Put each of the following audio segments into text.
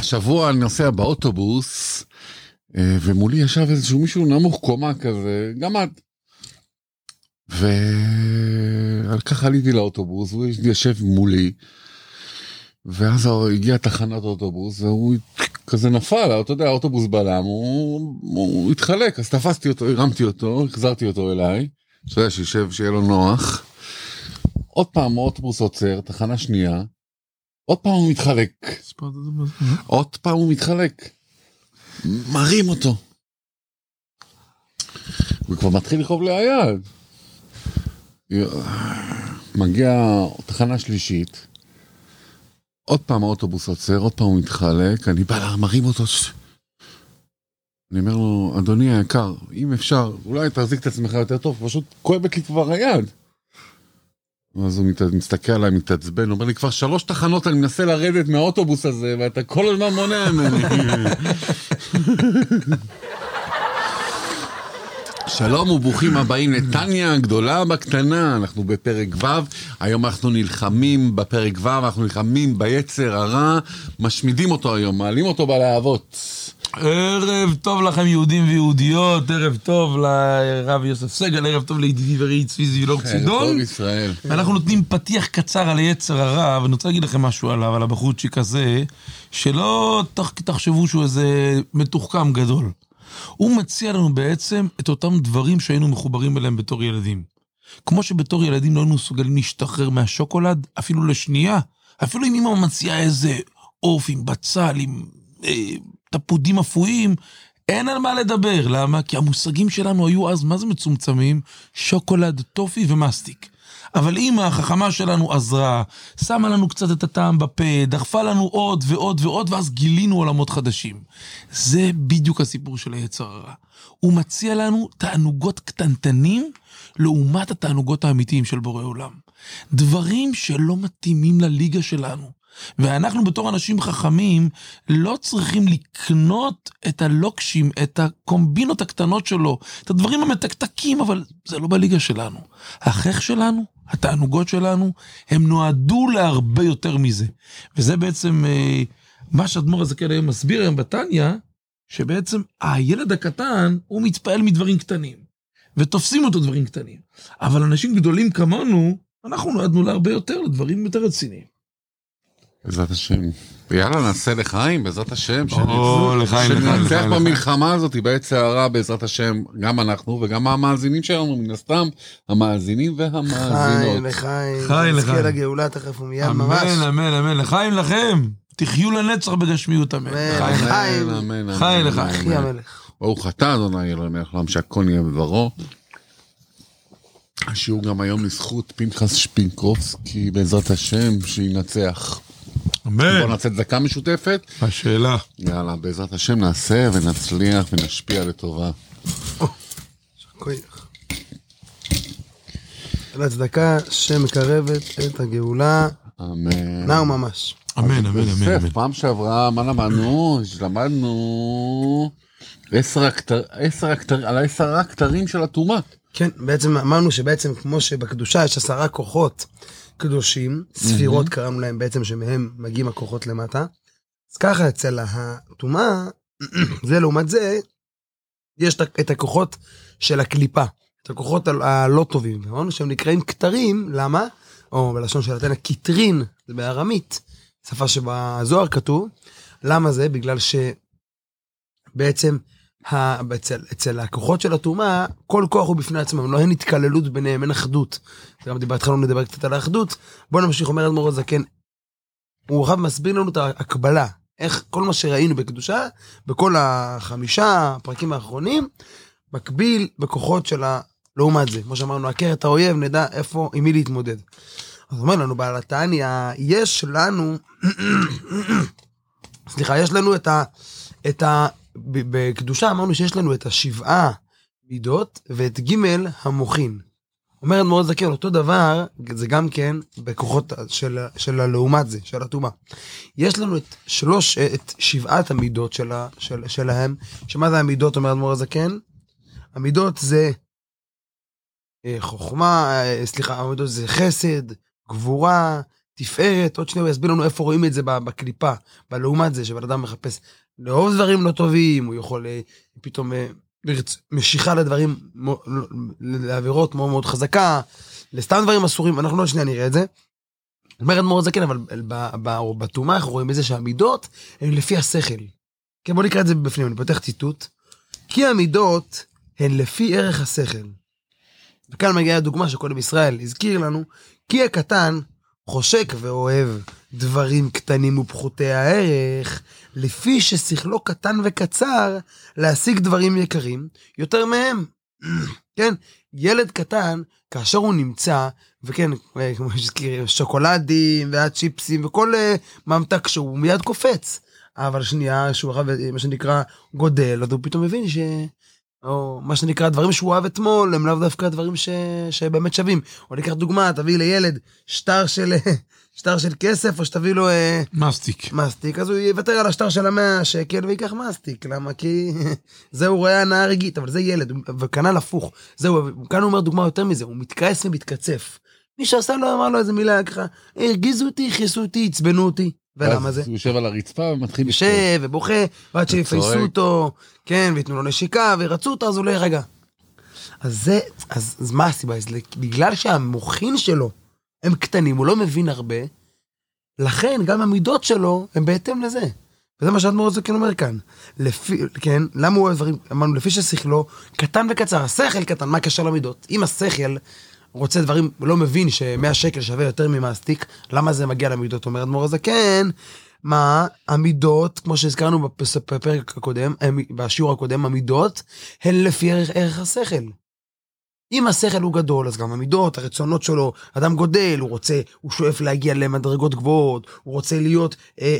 השבוע אני נוסע באוטובוס, ומולי ישב איזשהו מישהו נמוך קומה כזה, גם את. ועל כך עליתי לאוטובוס, הוא ישב מולי, ואז הגיע תחנת אוטובוס, והוא כזה נפל, אתה יודע, האוטובוס בלם, הוא התחלק, אז תפסתי אותו, הרמתי אותו, החזרתי אותו אליי, אתה יודע, שישב, שיהיה לו נוח. עוד פעם האוטובוס עוצר, תחנה שנייה, עוד פעם הוא מתחלק. עוד פעם הוא מתחלק. מרים אותו. וכבר מתחיל לכאוב לי היד. מגיע תחנה שלישית, עוד פעם האוטובוס עוצר, עוד פעם הוא מתחלק, אני בא לה, מרים אותו. אני אומר לו, אדוני היקר, אם אפשר, אולי תחזיק את עצמך יותר טוב, פשוט כואבת לי כבר היד. אז הוא מסתכל עליי, מתעצבן, אומר לי, כבר 3 תחנות אני מנסה לרדת מהאוטובוס הזה, ואתה כל הזמן מונע ממני. שלום וברוכים הבאים לטניה הגדולה בקטנה, אנחנו בפרק ו', היום אנחנו נלחמים בפרק ו', אנחנו נלחמים ביצר הרע, משמידים אותו היום, מעלים אותו בלהבות. ערב טוב לכם יהודים ויהודיות, ערב טוב לרב יוסף סגל, ערב טוב לידידי ורעי צבי זבילור צידון. ערב טוב ישראל. אנחנו נותנים פתיח קצר על היצר הרע, ואני רוצה להגיד לכם משהו עליו, על הבחורצ'יק הזה, שלא תחשבו שהוא איזה מתוחכם גדול. הוא מציע לנו בעצם את אותם דברים שהיינו מחוברים אליהם בתור ילדים. כמו שבתור ילדים לא היינו מסוגלים להשתחרר מהשוקולד, אפילו לשנייה, אפילו אם אמא מציעה איזה עוף עם בצל, עם תפודים אפויים, אין על מה לדבר. למה? כי המושגים שלנו היו אז, מה זה מצומצמים? שוקולד, טופי ומסטיק. אבל אמא החכמה שלנו עזרה, שמה לנו קצת את הטעם בפה, דחפה לנו עוד ועוד ועוד, ואז גילינו עולמות חדשים. זה בדיוק הסיפור של היצר הרע. הוא מציע לנו תענוגות קטנטנים, לעומת התענוגות האמיתיים של בורא עולם. דברים שלא מתאימים לליגה שלנו. ואנחנו בתור אנשים חכמים לא צריכים לקנות את הלוקשים, את הקומבינות הקטנות שלו, את הדברים המתקתקים, אבל זה לא בליגה שלנו. החך שלנו, התענוגות שלנו, הם נועדו להרבה יותר מזה. וזה בעצם מה שאדמו"ר הזקן היום מסביר היום בתניה, שבעצם הילד הקטן הוא מתפעל מדברים קטנים, ותופסים אותו דברים קטנים. אבל אנשים גדולים כמונו, אנחנו נועדנו להרבה יותר, לדברים יותר רציניים. בעזרת השם. ויאללה, נעשה לחיים, בעזרת השם. שננצח במלחמה הזאת, ביצר הרע, בעזרת השם, גם אנחנו וגם המאזינים שלנו, מן הסתם, המאזינים והמאזינות. לחיים, נזכה לגאולה תכף ומיד ממש. אמן, אמן, אמן, לחיים לכם. תחיו לנצח בגשמיות, אמן. לחיים, חיים לחיים. אחי המלך. ברוך אתה, אדוני אלוהים מלך העולם, שהכל יהיה בדברו. השיעור גם היום לזכות פנחס שפינקובסקי, בעזרת השם, שינצח. אמן. בוא נעשה צדקה משותפת. השאלה. יאללה, בעזרת השם נעשה ונצליח ונשפיע לטובה. הצדקה שמקרבת את הגאולה. אמן. נאו ממש. אמן, אמן, אמן. פעם שעברה, מה למדנו? למדנו 10 הכתרים של התאומה. כן, בעצם אמרנו שבעצם כמו שבקדושה יש 10 כוחות קדושים, ספירות קראנו להם בעצם שמהם מגיעים הכוחות למטה. אז ככה אצל התאומה, זה לעומת זה, יש את הכוחות של הקליפה, את הכוחות הלא טובים. אמרנו שהם נקראים כתרים, למה? או בלשון של התנא, כתרין, זה בארמית, שפה שבזוהר כתוב. למה זה? בגלל שבעצם אצל הכוחות של התאומה, כל כוח הוא בפני עצמם, לא אין התקללות ביניהם, אין אחדות. גם בהתחלה נדבר קצת על האחדות. בואו נמשיך, אומר אדמו"ר הזקן, הוא רב מסביר לנו את ההקבלה, איך כל מה שראינו בקדושה, בכל 5 הפרקים האחרונים, מקביל בכוחות של לעומת זה. כמו שאמרנו, הכר את האויב, נדע איפה, עם מי להתמודד. אז אומר לנו, בעל התניא, יש לנו, סליחה, יש לנו בקדושה אמרנו שיש לנו את 7 מידות ואת ג' המוחין. אומר אדמו"ר הזקן, אותו דבר, זה גם כן בכוחות של הלעומת זה, של התאומה. יש לנו את 7 המידות שלהם, שמה זה המידות, אומר אדמו"ר הזקן? המידות זה חוכמה, המידות זה חסד, גבורה, תפארת, עוד שנייה הוא יסביר לנו איפה רואים את זה בקליפה, בלעומת זה שבן אדם מחפש לאהוב דברים לא טובים, הוא יכול פתאום משיכה לדברים, לעבירות מאוד מאוד חזקה, לסתם דברים אסורים, אנחנו עוד שנייה נראה את זה. אומרת מאוד זקן, אבל בתאומה אנחנו רואים את זה שהמידות הן לפי השכל. כן, בוא נקרא את זה בפנים, אני פותח ציטוט. כי המידות הן לפי ערך השכל. וכאן מגיעה הדוגמה שקודם ישראל הזכיר לנו, כי הקטן חושק ואוהב דברים קטנים ופחותי הערך, לפי ששכלו קטן וקצר להשיג דברים יקרים יותר מהם. כן, ילד קטן, כאשר הוא נמצא, וכן, כמו שהזכיר, שוקולדים והצ'יפסים וכל ממתק שהוא מיד קופץ. אבל שנייה, שהוא מה שנקרא גודל, אז הוא פתאום מבין או מה שנקרא, דברים שהוא אוהב אתמול, הם לאו דווקא דברים שבאמת שווים. או ניקח דוגמה, תביא לילד שטר של כסף, או שתביא לו מסטיק, אז הוא יוותר על השטר של 100 שקל ויקח מסטיק. למה? כי זה הוא רואה הנאה רגעית, אבל זה ילד, וכנ"ל הפוך. זהו, כאן הוא אומר דוגמה יותר מזה, הוא מתכעס ומתקצף. מי שעשה לו, אמר לו איזה מילה ככה, הרגיזו אותי, חיסו אותי, עצבנו אותי. ולמה זה? הוא יושב על הרצפה ומתחיל יושב ובוכה, ועד שיפייסו אותו, כן, ויתנו לו נשיקה, ורצו אותו, אז הוא לא ירגע. אז מה הסיבה? בגלל שהמוחין שלו הם קטנים, הוא לא מבין הרבה, לכן גם המידות שלו הם בהתאם לזה. וזה מה שאדמו"ר הזקן אומר כאן. כן, למה הוא דברים, אמרנו, לפי ששכלו קטן וקצר, השכל קטן, מה קשר למידות? אם השכל רוצה דברים, הוא לא מבין ש100 שקל שווה יותר ממסטיק, למה זה מגיע למידות? אומר אדמו"ר הזקן, מה המידות, כמו שהזכרנו בפרק הקודם, בשיעור הקודם, המידות הן לפי ערך השכל. אם השכל הוא גדול, אז גם המידות, הרצונות שלו, אדם גודל, הוא שואף להגיע למדרגות גבוהות, הוא רוצה להיות,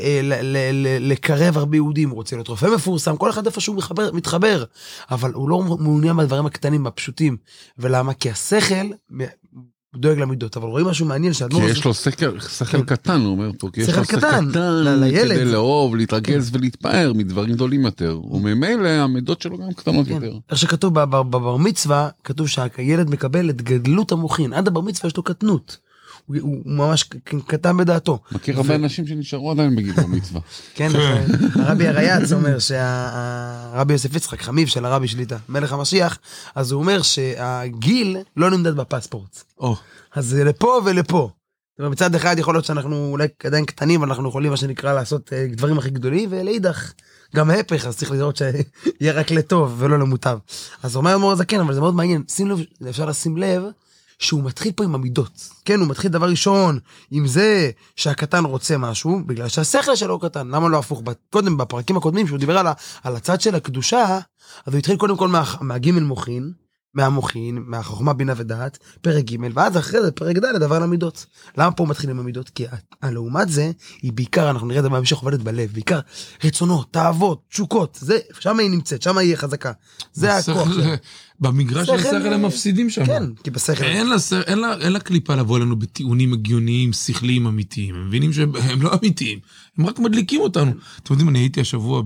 לקרב הרבה יהודים, הוא רוצה להיות רופא מפורסם, כל אחד איפה שהוא מתחבר, אבל הוא לא מעוניין בדברים הקטנים, הפשוטים. ולמה? כי השכל דואג למידות, אבל רואים משהו מעניין כי יש לו שכל קטן, הוא אומר פה, כי יש לו שכל קטן כדי לאהוב, להתרגז ולהתפאר מדברים גדולים יותר, וממילא המידות שלו גם קטנות יותר. איך שכתוב בבר מצווה, כתוב שהילד מקבל את גדלות המוחין, עד הבר מצווה יש לו קטנות, הוא ממש קטן בדעתו. מכיר הרבה אנשים שנשארו עדיין בגיל המצווה. כן, הרבי הרייץ אומר שהרבי יוסף יצחק, חמיב של הרבי שליטה, מלך המשיח, אז הוא אומר שהגיל לא נמדד בפספורט. אז זה לפה ולפה. מצד אחד יכול להיות שאנחנו אולי עדיין קטנים, ואנחנו יכולים מה שנקרא לעשות דברים הכי גדולים, ולהידך גם הפך, אז צריך לראות שיהיה רק לטוב ולא למוטב. אז הוא אומר אדמו"ר הזקן, אבל זה מאוד מעניין, שים לב, אפשר לשים לב, שהוא מתחיל פה עם המידות. כן, הוא מתחיל דבר ראשון עם זה שהקטן רוצה משהו, בגלל שהשכל שלו קטן. למה לא הפוך? קודם, בפרקים הקודמים, שהוא דיבר על הצד של הקדושה, אז הוא התחיל קודם כל מהגימל מוחין, מהמוחין, מהחוכמה בינה ודעת, פרק ג' ואז אחרי זה פרק ד' דבר למידות. למה פה מתחילים המידות? כי לעומת זה, היא בעיקר, אנחנו נראה את זה בהמשך עובדת בלב, בעיקר רצונות, תאוות, תשוקות, זה, שם היא נמצאת, שם היא חזקה. זה הכוח. במגרש של השכל הם מפסידים שם. כן, כי בשכל. אין לה קליפה לבוא לנו בטיעונים הגיוניים, שכליים אמיתיים. הם מבינים שהם לא אמיתיים. הם רק מדליקים אותנו. אתם יודעים, אני הייתי השבוע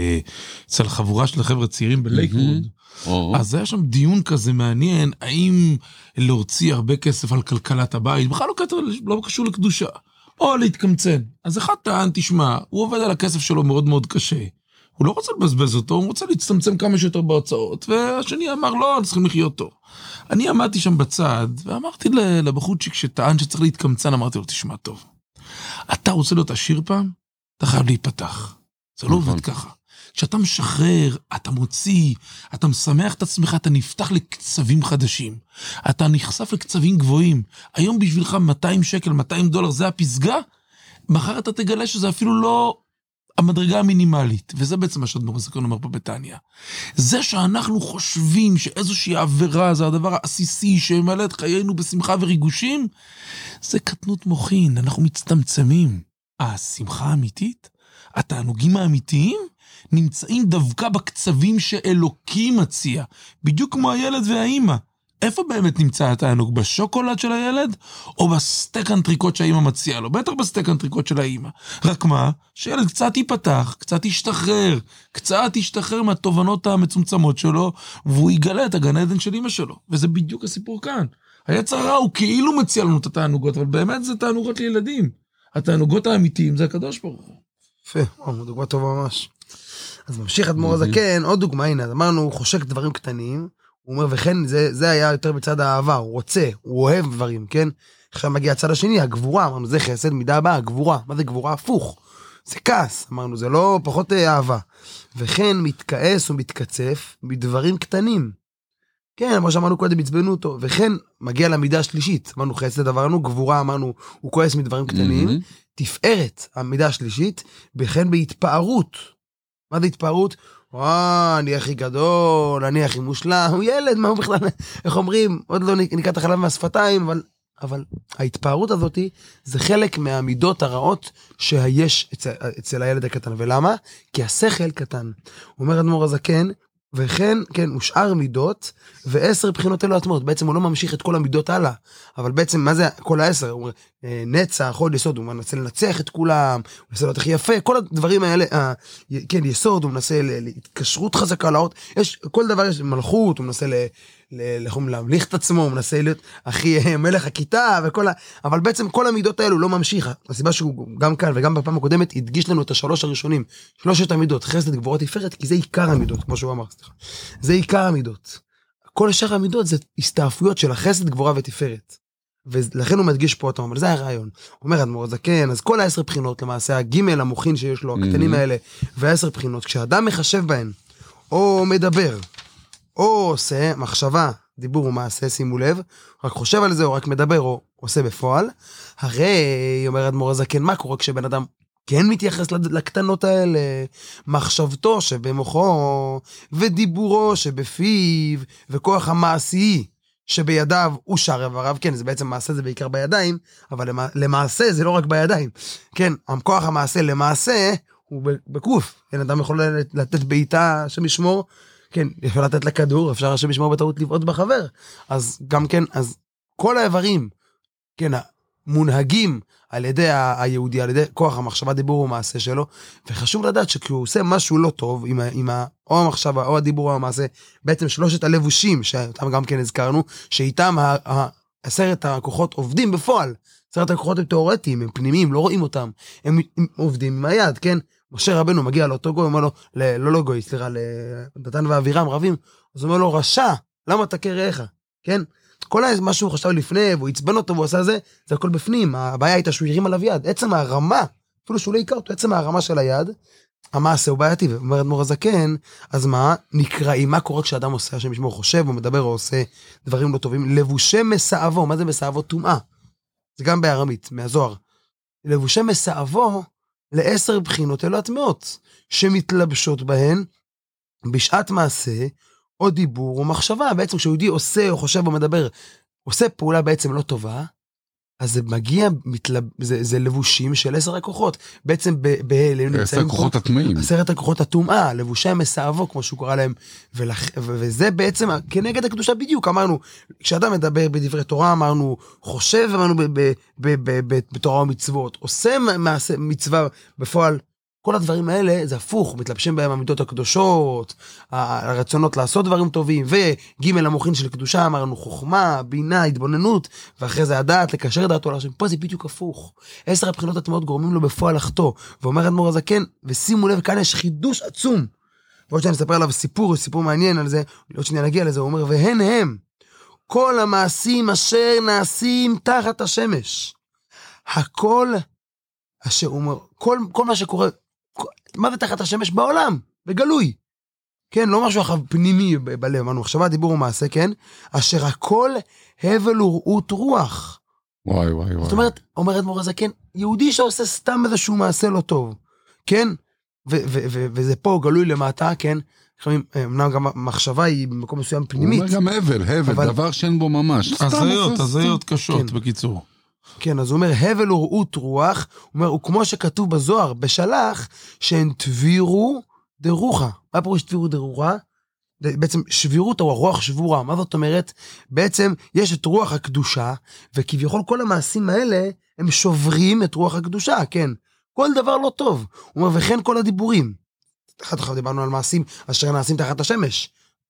אצל חבורה של חבר'ה צעירים בלייקווד, אז היה שם דיון כזה מעניין, האם להוציא הרבה כסף על כלכלת הבית, בכלל לא קשור לקדושה, או להתקמצן. אז אחד טען, תשמע, הוא עובד על הכסף שלו מאוד מאוד קשה, הוא לא רוצה לבזבז אותו, הוא רוצה להצטמצם כמה שיותר בהוצאות, והשני אמר, לא, צריכים לחיות טוב. אני עמדתי שם בצד, ואמרתי לבחורצ'יק שטען שצריך להתקמצן, אמרתי לו, תשמע טוב, אתה רוצה להיות עשיר פעם? אתה חייב להיפתח. זה לא עובד ככה. כשאתה משחרר, אתה מוציא, אתה משמח את עצמך, אתה נפתח לקצבים חדשים. אתה נחשף לקצבים גבוהים. היום בשבילך 200 שקל, $200, זה הפסגה, מחר אתה תגלה שזה אפילו לא המדרגה המינימלית. וזה בעצם מה שאדמו"ר הזקן אומר פה בתניא. זה שאנחנו חושבים שאיזושהי עבירה, זה הדבר העסיסי שמלא את חיינו בשמחה וריגושים, זה קטנות מוחין, אנחנו מצטמצמים. השמחה האמיתית, התענוגים האמיתיים, נמצאים דווקא בקצבים שאלוקים מציע, בדיוק כמו הילד והאימא. איפה באמת נמצא התענוג? בשוקולד של הילד, או בסטייק אנטריקוט שהאימא מציעה לו? בטח בסטייק אנטריקוט של האימא. רק מה? שילד קצת ייפתח, קצת ישתחרר מהתובנות המצומצמות שלו, והוא יגלה את הגן עדן של אמא שלו. וזה בדיוק הסיפור כאן. היצר הרע הוא כאילו מציע לנו את התענוגות, אבל באמת זה תענוגות לילדים. התענוגות האמיתיים זה הקדוש ברוך הוא. יפה, דוגמה טובה ממש. אז ממשיך אדמו"ר הזקן, עוד דוגמה, הנה, אמרנו, הוא חושק דברים קטנים, הוא אומר, וכן, זה היה יותר בצד האהבה, הוא רוצה, הוא אוהב דברים, כן? עכשיו מגיע הצד השני, הגבורה, אמרנו, זה חסד, מידה הבאה, הגבורה. מה זה גבורה? הפוך. זה כעס, אמרנו, זה לא פחות אהבה. וכן מתכעס ומתקצף מדברים קטנים. כן, כמו שאמרנו קודם, הצבנו אותו. וכן מגיע למידה השלישית, אמרנו, חסד עברנו, גבורה, אמרנו, הוא כועס מדברים קטנים. תפארת, המידה השלישית, וכן בהתפארות. מה זה התפארות? אני הכי גדול, אני הכי מושלם, הוא ילד, מה הוא בכלל, איך אומרים, עוד לא ניקה את החלב מהשפתיים, אבל ההתפארות הזאת זה חלק מהמידות הרעות שיש אצל הילד הקטן. ולמה? כי השכל קטן. אומר אדמו"ר הזקן, וכן, כן, הוא שאר מידות, ו10 בחינות אלו הטמעות. בעצם הוא לא ממשיך את כל המידות הלאה. אבל בעצם, מה זה כל 10? הוא אומר, נצח, עוד יסוד, הוא מנסה לנצח את כולם, הוא מנסה להיות הכי יפה, כל הדברים האלה, כן, יסוד, הוא מנסה להתקשרות חזקה לאות, יש, כל דבר יש מלכות, הוא מנסה להמליך את עצמו, הוא מנסה להיות הכי מלך הכיתה, אבל בעצם כל המידות האלו לא ממשיכה. הסיבה שהוא גם כאן וגם בפעם הקודמת, הדגיש לנו את 3 הראשונים, 3 המידות, חסד, גבורה, תפארת, כי זה עיקר המידות, כמו שהוא אמר, סליחה. זה עיקר המידות. כל שאר המידות זה הסתעפויות של החסד, גבורה ותפארת. ולכן הוא מדגיש פה אותם, אבל זה הרעיון. הוא אומר אדמו"ר הזקן, אז כל 10 בחינות, למעשה הגימל המוחין שיש לו, הקטנים האלה, ו10 בחינות, כשאדם מחשב בהן, או מדבר, או עושה מחשבה, דיבור ומעשה, שימו לב, רק חושב על זה, או רק מדבר, או עושה בפועל, הרי, אומר אדמו"ר הזקן, מה קורה כשבן אדם כן מתייחס לקטנות האלה, מחשבתו שבמוחו, ודיבורו שבפיו, וכוח המעשי שבידיו הוא שאר איבריו, כן, זה בעצם מעשה, זה בעיקר בידיים, אבל למעשה זה לא רק בידיים, כן, הכוח המעשה למעשה, הוא בקוף, כן, אדם יכול לתת בעיטה שמשמור, כן, אפשר לתת לכדור, אפשר שמשמור בטעות לבעוט בחבר, אז גם כן, אז כל האיברים, כן, מונהגים על ידי היהודי, על ידי כוח המחשבה, דיבור ומעשה שלו, וחשוב לדעת שכשהוא עושה משהו לא טוב, עם או המחשבה או הדיבור או המעשה, בעצם 3 הלבושים, שאותם גם כן הזכרנו, שאיתם 10 הכוחות עובדים בפועל, 10 הכוחות הם תיאורטיים, הם פנימיים, לא רואים אותם, הם עובדים עם היד, כן? משה רבנו מגיע לאותו גוי, אומר לו, לא גוי, סליחה, לדתן ואבירם רבים, אז הוא אומר לו, רשע, למה תכה רעך? כן? כל מה שהוא חשב לפני, והוא הצבן אותו והוא עשה זה הכל בפנים, הבעיה הייתה שהוא ירים עליו יד, עצם הרמה, אפילו שהוא לא יקר אותו, עצם הרמה של היד, המעשה הוא בעייתי, ואומר אדמו"ר הזקן, אז מה? נקראים, מה קורה כשאדם עושה, השם ישמור, חושב או מדבר או עושה דברים לא טובים, לבושי מסעבו, מה זה מסעבו? טומאה, זה גם בארמית, מהזוהר, לבושי מסעבו, ל10 בחינות אלו הטמעות, שמתלבשות בהן, בשעת מעשה, או דיבור או מחשבה, בעצם כשיהודי עושה או חושב או מדבר, עושה פעולה בעצם לא טובה, אז זה מגיע, זה לבושים של 10 הכוחות, בעצם בהלם נמצאים 10 הכוחות הטמאים. 10 הכוחות הטומאה, לבושי המסעבו, כמו שהוא קורא להם, וזה בעצם כנגד הקדושה בדיוק, אמרנו, כשאדם מדבר בדברי תורה, אמרנו, חושב, אמרנו בתורה ומצוות, עושה מצווה בפועל, כל הדברים האלה זה הפוך, מתלבשים בהם המידות הקדושות, הרצונות לעשות דברים טובים, וגימל המוחין של קדושה, אמרנו חוכמה, בינה, התבוננות, ואחרי זה הדעת, לקשר דעתו להשם. פה זה בדיוק הפוך. 10 הבחינות הטמעות גורמים לו בפועל לחטוא, ואומר אדמו"ר הזקן, ושימו לב, כאן יש חידוש עצום. ועוד שאני אספר עליו סיפור מעניין על זה, עוד שניה נגיע לזה, הוא אומר, והן הם, כל המעשים אשר נעשים תחת השמש. הכל, אשר הוא אומר, כל מה שקורה, מה זה תחת השמש בעולם? בגלוי. כן, לא משהו אחר פנימי בלב, אמרנו, מחשבה, דיבור ומעשה, כן? אשר הכל הבל ורעות רוח. וואי. זאת אומרת, אומר אדמו"ר הזקן, יהודי שעושה סתם איזשהו מעשה לא טוב, כן? וזה פה גלוי למטה, כן? אמנם גם מחשבה היא במקום מסוים פנימית. הוא אומר גם הבל, דבר שאין בו ממש. הזיות קשות, בקיצור. כן, אז הוא אומר, הבל ורעות רוח, הוא אומר, הוא כמו שכתוב בזוהר, בשלח, שהן תבירו דרוחה. מה פירוש תבירו דרוחה? בעצם שבירות או הרוח שבורה. מה זאת אומרת? בעצם יש את רוח הקדושה, וכביכול כל המעשים האלה, הם שוברים את רוח הקדושה, כן. כל דבר לא טוב. הוא אומר, וכן כל הדיבורים. אחת דיברנו על מעשים אשר נעשים תחת השמש.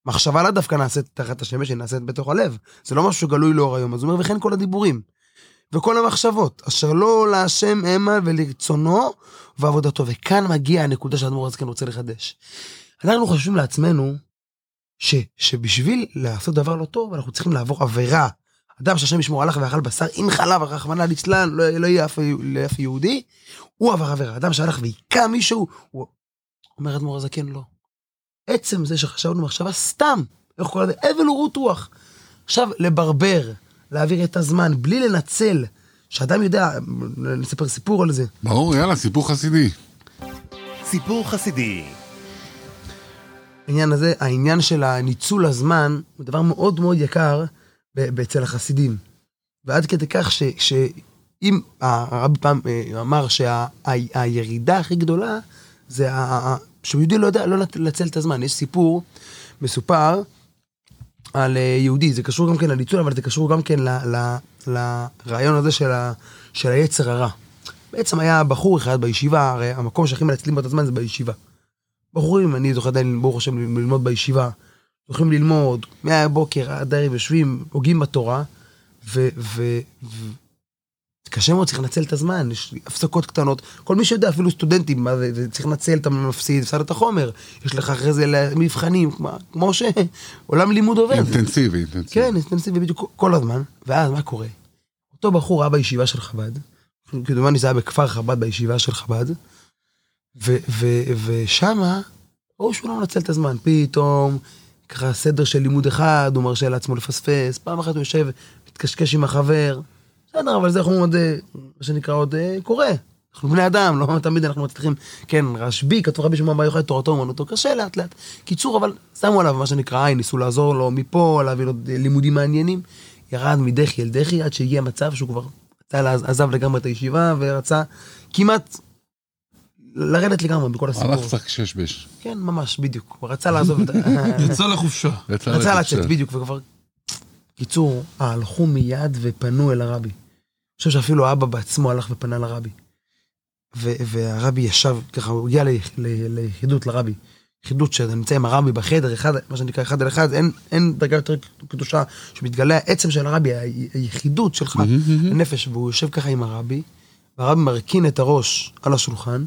מחשבה לה דווקא נעשית תחת השמש, היא נעשית בתוך הלב. זה לא משהו שגלוי לאור היום. אז הוא אומר, וכן כל הדיבורים, וכל המחשבות, אשר לא להשם המה ולרצונו ועבודתו. וכאן מגיע הנקודה שהאדמו"ר הזקן רוצה לחדש. אנחנו חושבים לעצמנו, שבשביל לעשות דבר לא טוב, אנחנו צריכים לעבור עבירה. אדם שהשם ישמור הלך ואכל בשר עם חלב, רחמנא ליצלן, לא יהיה אף יהודי, הוא עבר עבירה. אדם שהלך ויקע מישהו, הוא אומר האדמו"ר הזקן, לא. עצם זה שחשבנו מחשבה סתם, איך קורא לזה? אבל ורות רוח. עכשיו לברבר, להעביר את הזמן, בלי לנצל, שאדם יודע, נספר סיפור על זה. ברור, יאללה, סיפור חסידי. סיפור חסידי. העניין הזה, העניין של הניצול הזמן, הוא דבר מאוד מאוד יקר אצל החסידים. ועד כדי כך שאם הרבי פעם אמר שהירידה הכי גדולה, זה שהוא יהודי לא יודע לא לנצל את הזמן. יש סיפור מסופר על יהודי, זה קשור גם כן לניצול, אבל זה קשור גם כן לרעיון הזה של היצר הרע. בעצם היה בחור אחד בישיבה, הרי המקום שהכי מנצלים בו את הזמן זה בישיבה. בחורים, אני זוכר עדיין ברוך השם ללמוד בישיבה, זוכים ללמוד, מהבוקר עד הערב יושבים, הוגים בתורה, קשה מאוד, צריך לנצל את הזמן, יש הפסקות קטנות, כל מי שיודע, אפילו סטודנטים, צריך לנצל, אתה מפסיד, הפסד את החומר, יש לך אחרי זה מבחנים, כמו שעולם לימוד עובד. אינטנסיבי. כן, אינטנסיבי בדיוק כל הזמן, ואז מה קורה? אותו בחור היה בישיבה של חב"ד, כדומני זה היה בכפר חב"ד בישיבה של חב"ד, ושמה, או שהוא לא מנצל את הזמן, פתאום, ככה סדר של לימוד אחד, הוא מרשה לעצמו לפספס, פעם אחת הוא יושב, מתקשקש עם החבר, בסדר, אבל זה אנחנו עוד, מה שנקרא עוד קורה. אנחנו בני אדם, לא תמיד אנחנו מצליחים, כן, רשב"י, כתוב רבי שמעון בר יוחאי, תורתו אומנותו, קשה לאט לאט. קיצור, אבל שמו עליו מה שנקרא עין, ניסו לעזור לו מפה, להביא לו לימודים מעניינים, ירד מדחי אל דחי, עד שהגיע מצב שהוא כבר עזב לגמרי את הישיבה, ורצה כמעט לרדת לגמרי בכל הסיפור. הלך צריך ששבש. כן, ממש, בדיוק. הוא רצה לעזוב את יצא לחופשה. רצה לצאת, בדיוק, וכבר קיצור, הלכו מיד ופנו אל הרבי. אני חושב שאפילו האבא בעצמו הלך ופנה לרבי. והרבי ישב, ככה, הוא הגיע ליחידות לרבי. יחידות שנמצא עם הרבי בחדר, אחד, מה שנקרא אחד על אחד, אין דרגה יותר קדושה, שמתגלה העצם של הרבי, היחידות שלך, הנפש, והוא יושב ככה עם הרבי, והרבי מרכין את הראש על השולחן,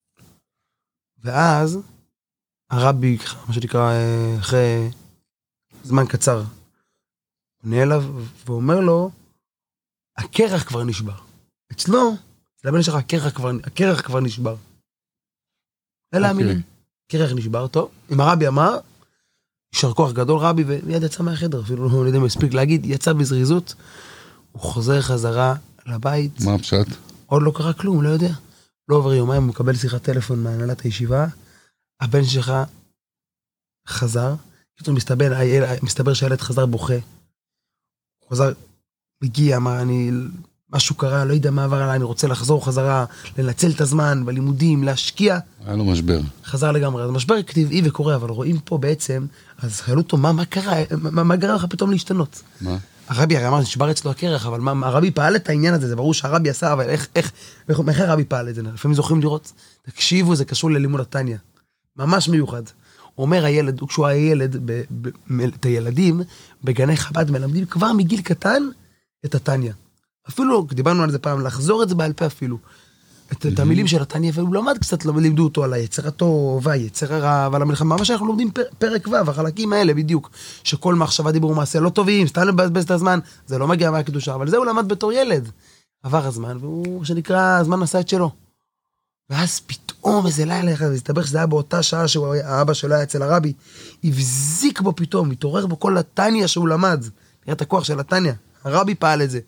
ואז הרבי, מה שנקרא, אחרי זמן קצר, עונה אליו ואומר לו, הקרח כבר נשבר. אצלו, לבן שלך, הקרח כבר נשבר. אלה המילים. קרח נשבר, טוב. אם הרבי אמר, יישר כוח גדול רבי, ומיד יצא מהחדר, אפילו לא יודע אם הספיק להגיד, יצא בזריזות, הוא חוזר חזרה לבית. מה הפשט? עוד לא קרה כלום, לא יודע. לא עובר יומיים, הוא מקבל שיחת טלפון מהנהלת הישיבה, הבן שלך חזר, מסתבר שהילד חזר בוכה, חזר, הגיע, אמר, משהו קרה, לא יודע מה עבר עליי, אני רוצה לחזור חזרה, לנצל את הזמן, בלימודים, להשקיע. היה לו משבר. חזר לגמרי, אז משבר טבעי וקורה, אבל רואים פה בעצם, אז שאלו אותו, מה קרה, מה גרם לך פתאום להשתנות? מה? הרבי הרי אמר, נשבר אצלו הקרח, אבל הרבי פעל את העניין הזה, זה ברור שהרבי עשה, אבל איך הרבי פעל את זה? לפעמים זוכרים לראות, תקשיבו, זה קשור ללימוד התניא, ממש מיוחד. אומר הילד, כשהוא היה ילד, את הילדים, בגני חב"ד מלמדים כבר מגיל קטן את התניא. אפילו, דיברנו על זה פעם, לחזור את זה בעל פה אפילו, את המילים של התניא, והוא למד קצת, לימדו אותו על היצר הטוב, והיצר הרע, ועל המלחמה, מה שאנחנו לומדים פרק ו', החלקים האלה בדיוק, שכל מחשבה דיבור מעשה לא טובים, סתם לבזבז את הזמן, זה לא מגיע מהקדושה, אבל זה הוא למד בתור ילד. עבר הזמן, והוא, שנקרא, הזמן עשה את שלו. ואז פתאום איזה לילה אחד, והסתבר שזה היה באותה שעה שהאבא שלו היה אצל הרבי, הבזיק בו פתאום, התעורר בו כל התניא שהוא למד, נראה את הכוח של התניא, הרבי פעל את זה.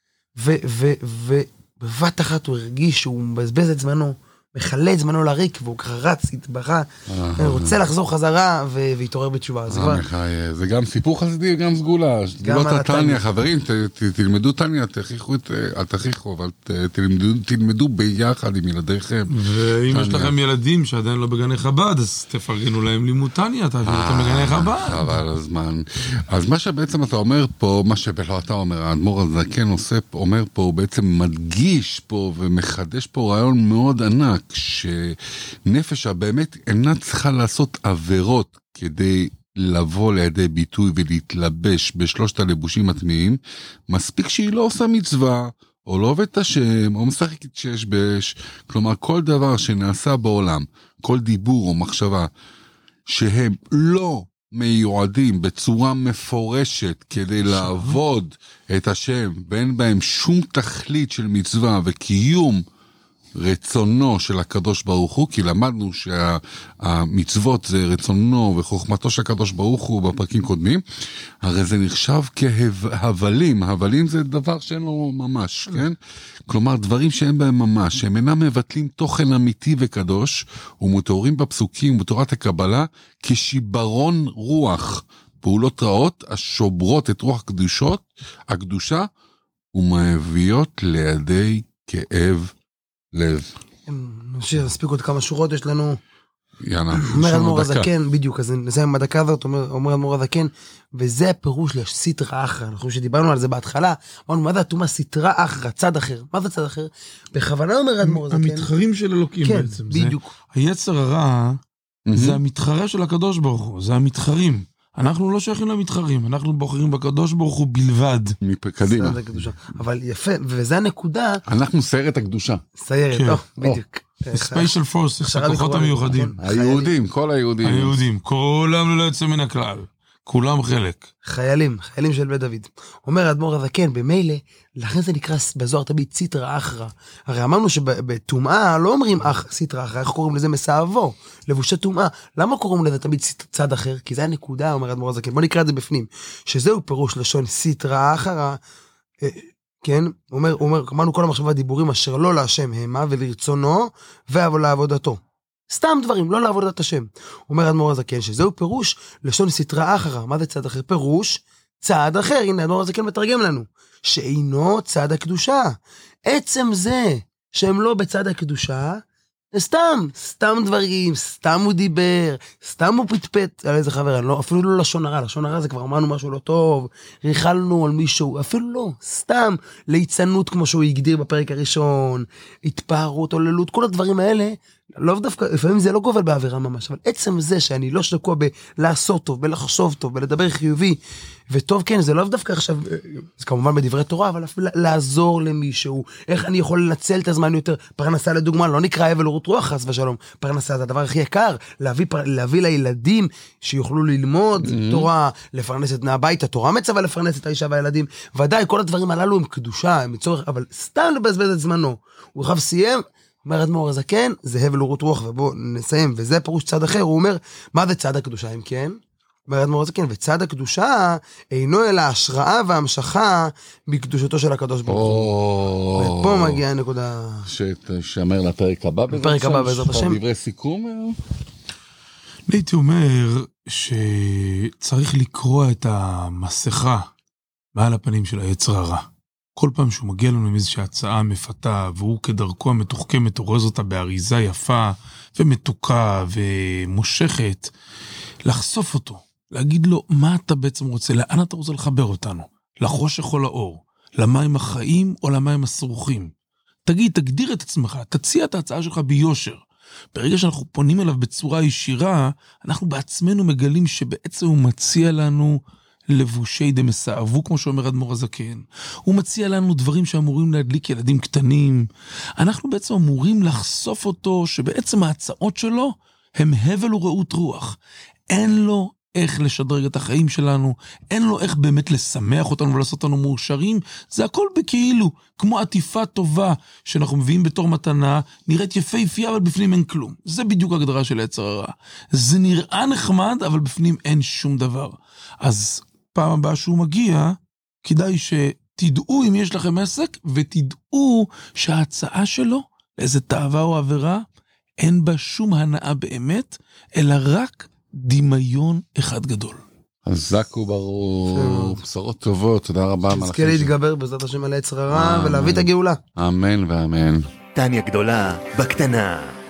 ובבת אחת הוא הרגיש שהוא מבזבז את זמנו, מחלה את זמנו לריק, והוא ככה רץ, התבכה, רוצה לחזור חזרה, והתעורר בתשובה. זה גם סיפור חסידי וגם סגולה. סגולות התניא, חברים, תלמדו תניא, תכריחו, אבל תלמדו ביחד עם ילדיכם. ואם יש לכם ילדים שעדיין לא בגני חב"ד, אז תפרגנו להם לימוד תניא, תעבירו אותם בגני חב"ד. אבל הזמן. אז מה שבעצם אתה אומר פה, מה שבכלל אתה אומר, האדמו"ר הזקן אומר פה, הוא בעצם מדגיש פה ומחדש פה רעיון מאוד ענק, שנפש הבאמת אינה צריכה לעשות עבירות כדי לבוא לידי ביטוי ולהתלבש בשלושת הלבושים הטמאים, מספיק שהיא לא עושה מצווה, או לא עובד את השם, או משחקת שיש באש. כלומר, כל דבר שנעשה בעולם, כל דיבור או מחשבה, שהם לא מיועדים בצורה מפורשת כדי לעבוד את השם, ואין בהם שום תכלית של מצווה וקיום רצונו של הקדוש ברוך הוא, כי למדנו שהמצוות זה רצונו וחוכמתו של הקדוש ברוך הוא בפרקים קודמים, הרי זה נחשב כהבלים, הבלים זה דבר שאין לו ממש, כן? כלומר דברים שאין בהם ממש, הם אינם מבטלים תוכן אמיתי וקדוש, ומתוארים בפסוקים ובתורת הקבלה כשיברון רוח, פעולות רעות השוברות את רוח הקדושה, ומביאות לידי כאב לב. נמשיך, נספיק עוד כמה שורות, יש לנו... יאללה, אומר אדמו"ר הזקן, בדיוק, אז נסיים עם הדקה הזאת, אומר אדמו"ר הזקן, וזה הפירוש לסטרא אחרא, אנחנו שדיברנו על זה בהתחלה, אמרנו, מה זה התאומה סטרא אחרא, צד אחר, מה זה צד אחר? בכוונה אומר אדמו"ר הזקן... המתחרים של אלוקים כן, בעצם. בדיוק. היצר הרע, זה המתחרה של הקדוש ברוך הוא, זה המתחרים. אנחנו לא שייכים למתחרים, אנחנו בוחרים בקדוש ברוך הוא בלבד. קדימה. אבל יפה, וזה הנקודה... אנחנו סיירת הקדושה. סיירת, בדיוק. ספיישל פורסס, הכוחות המיוחדים. היהודים, כל היהודים. היהודים, כולם לא יוצא מן הכלל. כולם חלק. חיילים של בית דוד. אומר אדמו"ר הזקן, במילא, לכן זה נקרא בזוהר תמיד סטרא אחרא. הרי אמרנו שבטומאה לא אומרים סטרא אחרא, איך קוראים לזה מסעבו, לבושי טומאה. למה קוראים לזה תמיד צד אחר? כי זה הנקודה, אומר אדמו"ר הזקן. בוא נקרא את זה בפנים. שזהו פירוש לשון סטרא אחרא, כן? אומר, אמרנו כל המחשבה דיבורים אשר לא להשם המה ולרצונו ולעבודתו. סתם דברים, לא לעבודת השם. אומר אדמו"ר הזקן שזהו פירוש לשון סטרא אחרא. מה זה צד אחר? פירוש צד אחר. הנה אדמו"ר הזקן מתרגם לנו. שאינו צד הקדושה. עצם זה שהם לא בצד הקדושה, סתם דברים, סתם הוא דיבר, סתם הוא פטפט על איזה חבר, אפילו לא לשון הרע, לשון הרע זה כבר אמרנו משהו לא טוב, ריחלנו על מישהו, אפילו לא, סתם ליצנות כמו שהוא הגדיר בפרק הראשון, התפארות, עוללות, כל הדברים האלה, לא דווקא, לפעמים זה לא גובל בעבירה ממש, אבל עצם זה שאני לא שקוע בלעשות טוב, בלחשוב טוב, בלדבר חיובי, וטוב כן, זה לא דווקא עכשיו, זה כמובן בדברי תורה, אבל אפילו לעזור למישהו, איך אני יכול לנצל את הזמן יותר, פרנסה לדוגמה, לא נקרא הבל ורעות רוח חס ושלום, פרנסה זה הדבר הכי יקר, להביא לילדים שיוכלו ללמוד תורה, לפרנס את בני הבית, התורה מצווה לפרנס את האישה והילדים, ודאי כל הדברים הללו הם קדושה, הם מצורך, אבל סתם לבזבז את זמנו, הוא חייב סיים, אומר אדמו"ר הזקן, זה הבל ורעות רוח, ובואו נסיים, וזה פירוש צד אחר, הוא אומר, מה זה צד הקדושה אם כן? אומר אדמו"ר הזקן, וצד הקדושה אינו אלא השראה והמשכה בקדושתו של הקדוש ברוך הוא. ופה מגיעה הנקודה... שתשמר לפרק הבא בעזרת השם. דברי סיכום? הייתי אומר שצריך לקרוא את המסכה מעל הפנים של היצר הרע. כל פעם שהוא מגיע לנו עם איזושהי הצעה מפתה, והוא כדרכו המתוחכמת אורז אותה באריזה יפה ומתוקה ומושכת, לחשוף אותו, להגיד לו מה אתה בעצם רוצה, לאן אתה רוצה לחבר אותנו, לחושך או לאור, למים החיים או למים הסרוכים. תגדיר את עצמך, תציע את ההצעה שלך ביושר. ברגע שאנחנו פונים אליו בצורה ישירה, אנחנו בעצמנו מגלים שבעצם הוא מציע לנו לבושי דמסעבו, כמו שאומר אדמו"ר הזקן. הוא מציע לנו דברים שאמורים להדליק ילדים קטנים. אנחנו בעצם אמורים לחשוף אותו, שבעצם ההצעות שלו הם הבל ורעות רוח. אין לו איך לשדרג את החיים שלנו, אין לו איך באמת לשמח אותנו ולעשות אותנו מאושרים, זה הכל בכאילו, כמו עטיפה טובה שאנחנו מביאים בתור מתנה, נראית יפהפייה אבל בפנים אין כלום. זה בדיוק הגדרה של היצר הרע. זה נראה נחמד אבל בפנים אין שום דבר. אז פעם הבאה שהוא מגיע, כדאי שתדעו אם יש לכם עסק, ותדעו שההצעה שלו, לאיזה תאווה או עבירה, אין בה שום הנאה באמת, אלא רק דמיון אחד גדול. חזק וברור, בשורות טובות, תודה רבה. נזכה להתגבר בעזרת השם על היצר הרע, ולהביא את הגאולה. אמן ואמן. טניה גדולה בקטנה.